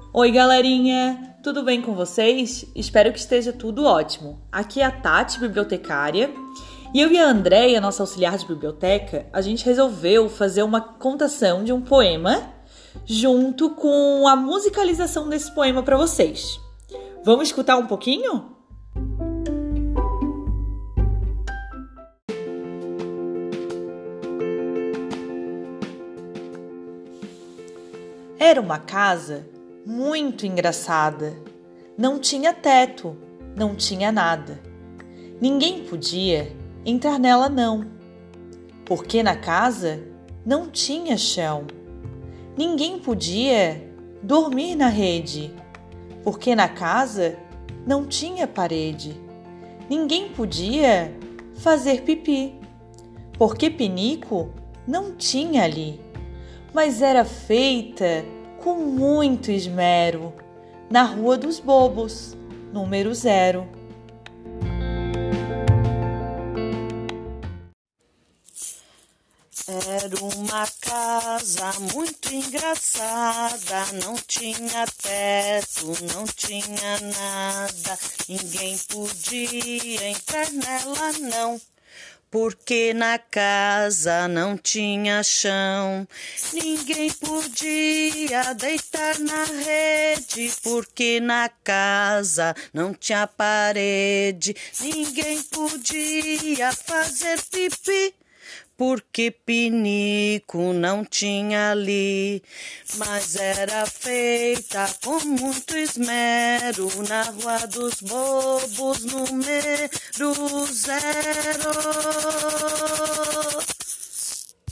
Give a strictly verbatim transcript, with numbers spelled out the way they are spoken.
Oi, galerinha! Tudo bem com vocês? Espero que esteja tudo ótimo. Aqui é a Tati, bibliotecária, e eu e a Andréia, nossa auxiliar de biblioteca, a gente resolveu fazer uma contação de um poema junto com a musicalização desse poema para vocês. Vamos escutar um pouquinho? Era uma casa muito engraçada. Não tinha teto, não tinha nada. Ninguém podia entrar nela não, porque na casa não tinha chão. Ninguém podia dormir na rede, porque na casa não tinha parede. Ninguém podia fazer pipi, porque pinico não tinha ali, mas era feita com muito esmero, na Rua dos Bobos, número zero. Era uma casa muito engraçada, não tinha teto, não tinha nada, ninguém podia entrar nela não, porque na casa não tinha chão. Ninguém podia deitar na rede, porque na casa não tinha parede. Ninguém podia fazer pipi, porque pinico não tinha ali, mas era feita com muito esmero, na Rua dos Bobos, número zero.